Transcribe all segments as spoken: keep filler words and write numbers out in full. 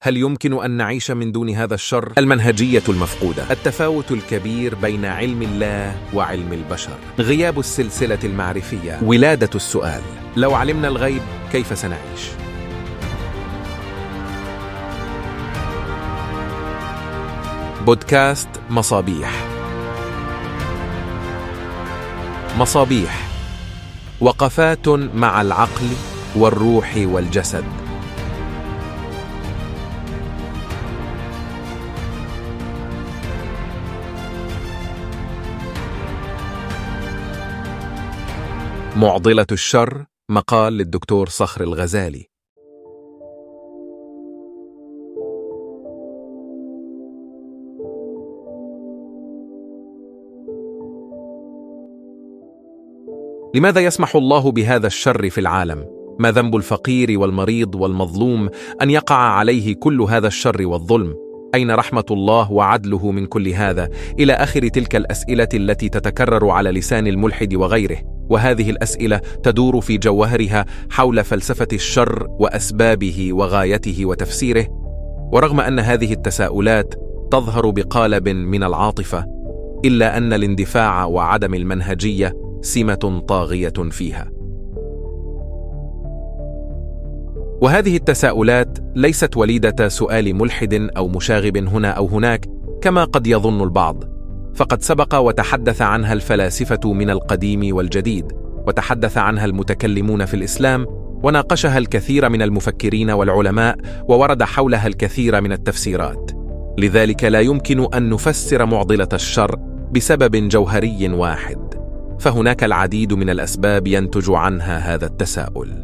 هل يمكن أن نعيش من دون هذا الشر؟ المنهجية المفقودة، التفاوت الكبير بين علم الله وعلم البشر، غياب السلسلة المعرفية، ولادة السؤال: لو علمنا الغيب كيف سنعيش؟ بودكاست مصابيح. مصابيح، وقفات مع العقل والروح والجسد. معضلة الشر، مقال للدكتور صخر الغزالي. لماذا يسمح الله بهذا الشر في العالم؟ ما ذنب الفقير والمريض والمظلوم أن يقع عليه كل هذا الشر والظلم؟ أين رحمة الله وعدله من كل هذا؟ إلى آخر تلك الأسئلة التي تتكرر على لسان الملحد وغيره، وهذه الأسئلة تدور في جوهرها حول فلسفة الشر وأسبابه وغايته وتفسيره. ورغم أن هذه التساؤلات تظهر بقالب من العاطفة، إلا أن الاندفاع وعدم المنهجية سمة طاغية فيها. وهذه التساؤلات ليست وليدة سؤال ملحد أو مشاغب هنا أو هناك كما قد يظن البعض، فقد سبق وتحدث عنها الفلاسفة من القديم والجديد، وتحدث عنها المتكلمون في الإسلام، وناقشها الكثير من المفكرين والعلماء، وورد حولها الكثير من التفسيرات. لذلك لا يمكن أن نفسر معضلة الشر بسبب جوهري واحد، فهناك العديد من الأسباب ينتج عنها هذا التساؤل.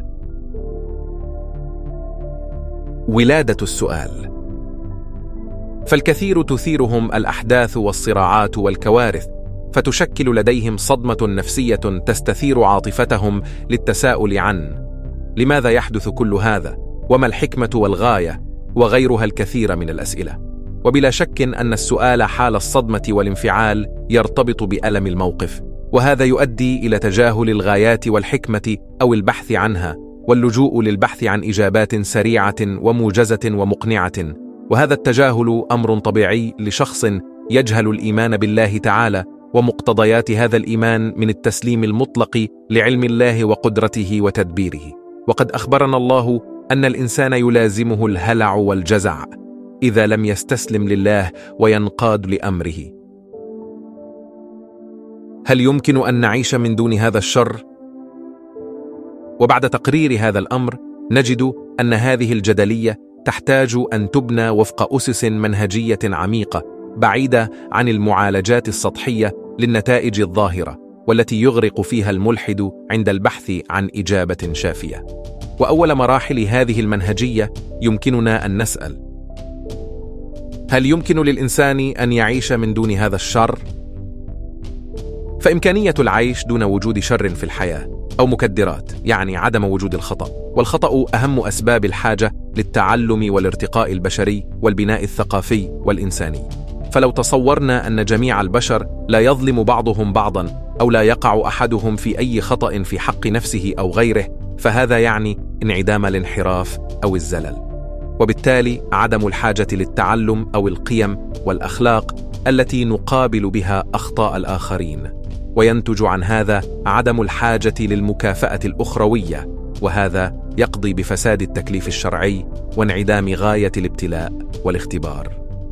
ولادة السؤال. فالكثير تثيرهم الأحداث والصراعات والكوارث، فتشكل لديهم صدمة نفسية تستثير عاطفتهم للتساؤل عن لماذا يحدث كل هذا، وما الحكمة والغاية، وغيرها الكثير من الأسئلة. وبلا شك أن السؤال حال الصدمة والانفعال يرتبط بألم الموقف، وهذا يؤدي إلى تجاهل الغايات والحكمة أو البحث عنها، واللجوء للبحث عن إجابات سريعة وموجزة ومقنعة. وهذا التجاهل أمر طبيعي لشخص يجهل الإيمان بالله تعالى ومقتضيات هذا الإيمان من التسليم المطلق لعلم الله وقدرته وتدبيره. وقد أخبرنا الله أن الإنسان يلازمه الهلع والجزع إذا لم يستسلم لله وينقاد لأمره. هل يمكن أن نعيش من دون هذا الشر؟ وبعد تقرير هذا الأمر نجد أن هذه الجدلية تحتاج أن تبنى وفق أسس منهجية عميقة، بعيدة عن المعالجات السطحية للنتائج الظاهرة، والتي يغرق فيها الملحد عند البحث عن إجابة شافية. وأول مراحل هذه المنهجية يمكننا أن نسأل: هل يمكن للإنسان أن يعيش من دون هذا الشر؟ فإمكانية العيش دون وجود شر في الحياة أو مكدرات يعني عدم وجود الخطأ، والخطأ أهم أسباب الحاجة للتعلم والارتقاء البشري والبناء الثقافي والإنساني. فلو تصورنا أن جميع البشر لا يظلم بعضهم بعضا، أو لا يقع أحدهم في أي خطأ في حق نفسه أو غيره، فهذا يعني انعدام الانحراف أو الزلل، وبالتالي عدم الحاجة للتعلم أو القيم والأخلاق التي نقابل بها أخطاء الآخرين. وينتج عن هذا عدم الحاجة للمكافأة الأخروية، وهذا يقضي بفساد التكليف الشرعي وانعدام غاية الابتلاء والاختبار.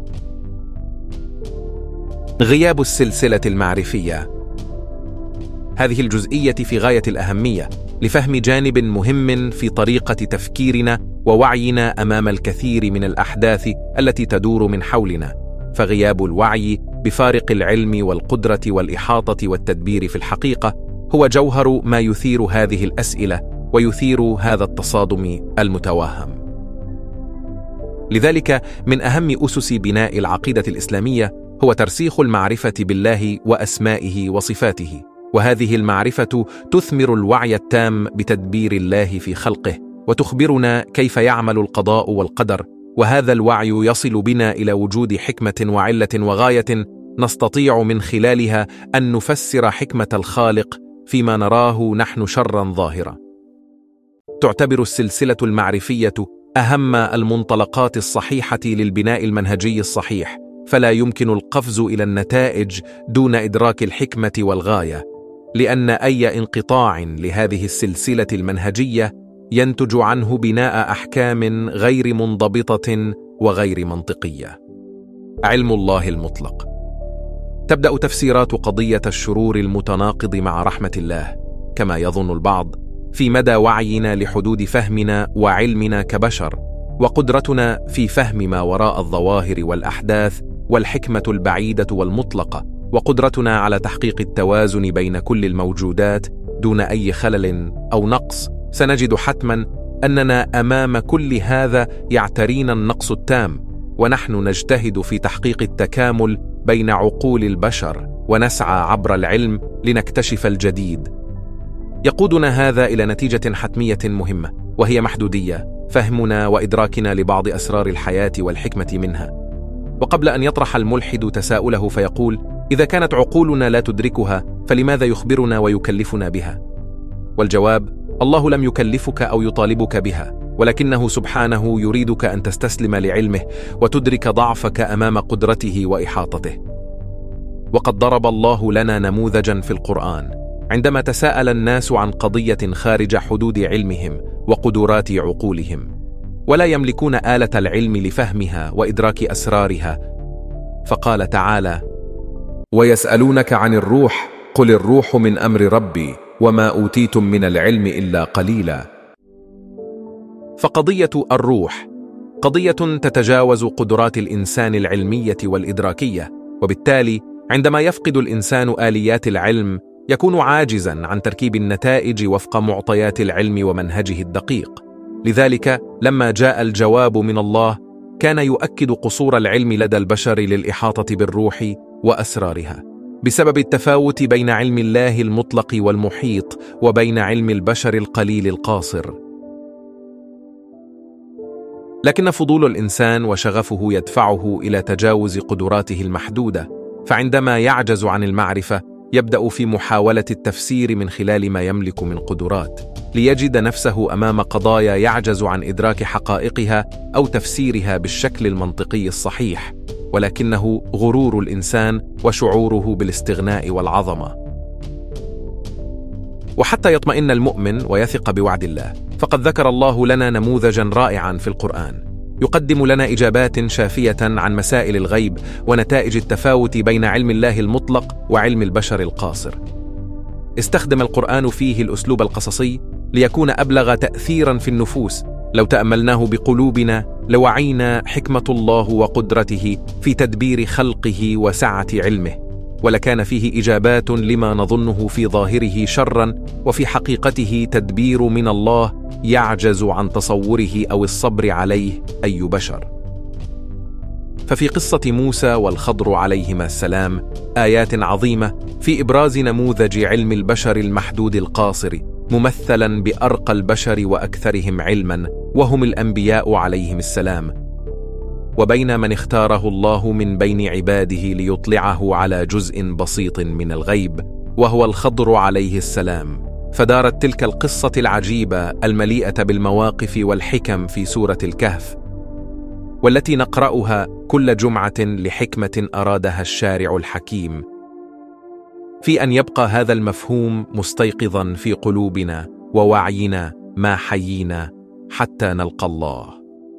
غياب السلسلة المعرفية. هذه الجزئية في غاية الأهمية لفهم جانب مهم في طريقة تفكيرنا ووعينا أمام الكثير من الأحداث التي تدور من حولنا. فغياب الوعي بفارق العلم والقدرة والإحاطة والتدبير في الحقيقة هو جوهر ما يثير هذه الأسئلة ويثير هذا التصادم المتوهم. لذلك من أهم أسس بناء العقيدة الإسلامية هو ترسيخ المعرفة بالله وأسمائه وصفاته، وهذه المعرفة تثمر الوعي التام بتدبير الله في خلقه، وتخبرنا كيف يعمل القضاء والقدر، وهذا الوعي يصل بنا إلى وجود حكمة وعلة وغاية نستطيع من خلالها أن نفسر حكمة الخالق فيما نراه نحن شرا ظاهرا. تعتبر السلسلة المعرفية أهم المنطلقات الصحيحة للبناء المنهجي الصحيح، فلا يمكن القفز إلى النتائج دون إدراك الحكمة والغاية، لأن أي انقطاع لهذه السلسلة المنهجية ينتج عنه بناء أحكام غير منضبطة وغير منطقية. علم الله المطلق. تبدأ تفسيرات قضية الشرور المتناقض مع رحمة الله، كما يظن البعض، في مدى وعينا لحدود فهمنا وعلمنا كبشر، وقدرتنا في فهم ما وراء الظواهر والأحداث، والحكمة البعيدة والمطلقة، وقدرتنا على تحقيق التوازن بين كل الموجودات دون أي خلل أو نقص. سنجد حتما أننا أمام كل هذا يعترينا النقص التام، ونحن نجتهد في تحقيق التكامل بين عقول البشر، ونسعى عبر العلم لنكتشف الجديد. يقودنا هذا إلى نتيجة حتمية مهمة، وهي محدودية فهمنا وإدراكنا لبعض أسرار الحياة والحكمة منها. وقبل أن يطرح الملحد تساؤله فيقول: إذا كانت عقولنا لا تدركها فلماذا يخبرنا ويكلفنا بها؟ والجواب: الله لم يكلفك أو يطالبك بها، ولكنه سبحانه يريدك أن تستسلم لعلمه وتدرك ضعفك أمام قدرته وإحاطته. وقد ضرب الله لنا نموذجا في القرآن عندما تساءل الناس عن قضية خارج حدود علمهم وقدرات عقولهم، ولا يملكون آلة العلم لفهمها وإدراك أسرارها، فقال تعالى: ويسألونك عن الروح قل الروح من أمر ربي وما أوتيتم من العلم إلا قليلا. فقضية الروح قضية تتجاوز قدرات الإنسان العلمية والإدراكية، وبالتالي عندما يفقد الإنسان آليات العلم يكون عاجزاً عن تركيب النتائج وفق معطيات العلم ومنهجه الدقيق. لذلك لما جاء الجواب من الله كان يؤكد قصور العلم لدى البشر للإحاطة بالروح وأسرارها، بسبب التفاوت بين علم الله المطلق والمحيط وبين علم البشر القليل القاصر. لكن فضول الإنسان وشغفه يدفعه إلى تجاوز قدراته المحدودة، فعندما يعجز عن المعرفة يبدأ في محاولة التفسير من خلال ما يملك من قدرات، ليجد نفسه أمام قضايا يعجز عن إدراك حقائقها أو تفسيرها بالشكل المنطقي الصحيح، ولكنه غرور الإنسان وشعوره بالاستغناء والعظمة. وحتى يطمئن المؤمن ويثق بوعد الله، فقد ذكر الله لنا نموذجا رائعا في القرآن يقدم لنا إجابات شافية عن مسائل الغيب ونتائج التفاوت بين علم الله المطلق وعلم البشر القاصر. استخدم القرآن فيه الأسلوب القصصي ليكون أبلغ تأثيرا في النفوس. لو تأملناه بقلوبنا لوعينا حكمة الله وقدرته في تدبير خلقه وسعة علمه، ولكان فيه إجابات لما نظنه في ظاهره شرا، وفي حقيقته تدبير من الله يعجز عن تصوره أو الصبر عليه أي بشر. ففي قصة موسى والخضر عليهما السلام آيات عظيمة في إبراز نموذج علم البشر المحدود القاصر، ممثلا بأرقى البشر وأكثرهم علما، وهم الأنبياء عليهم السلام، وبين من اختاره الله من بين عباده ليطلعه على جزء بسيط من الغيب، وهو الخضر عليه السلام. فدارت تلك القصة العجيبة المليئة بالمواقف والحكم في سورة الكهف، والتي نقرأها كل جمعة لحكمة أرادها الشارع الحكيم، في أن يبقى هذا المفهوم مستيقظا في قلوبنا ووعينا ما حيينا حتى نلقى الله.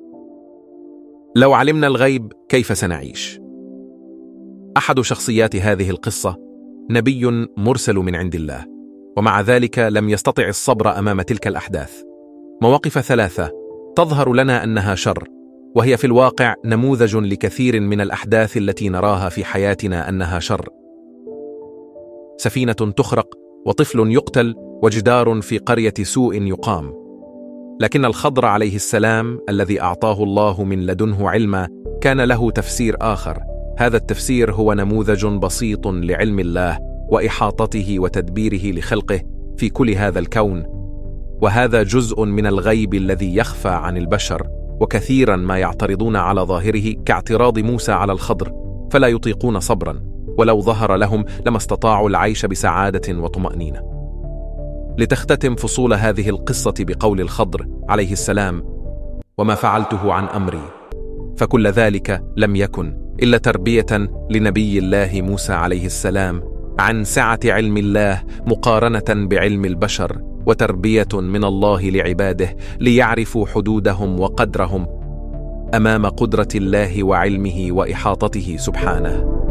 لو علمنا الغيب كيف سنعيش؟ أحد شخصيات هذه القصة نبي مرسل من عند الله، ومع ذلك لم يستطع الصبر أمام تلك الأحداث. مواقف ثلاثة تظهر لنا أنها شر، وهي في الواقع نموذج لكثير من الأحداث التي نراها في حياتنا أنها شر. سفينة تخرق، وطفل يقتل، وجدار في قرية سوء يقام. لكن الخضر عليه السلام الذي أعطاه الله من لدنه علما كان له تفسير آخر. هذا التفسير هو نموذج بسيط لعلم الله وإحاطته وتدبيره لخلقه في كل هذا الكون، وهذا جزء من الغيب الذي يخفى عن البشر، وكثيرا ما يعترضون على ظاهره كاعتراض موسى على الخضر، فلا يطيقون صبرا، ولو ظهر لهم لما استطاعوا العيش بسعادة وطمأنينة. لتختتم فصول هذه القصة بقول الخضر عليه السلام: وما فعلته عن أمري. فكل ذلك لم يكن إلا تربية لنبي الله موسى عليه السلام عن سعة علم الله مقارنة بعلم البشر، وتربية من الله لعباده ليعرفوا حدودهم وقدرهم أمام قدرة الله وعلمه وإحاطته سبحانه.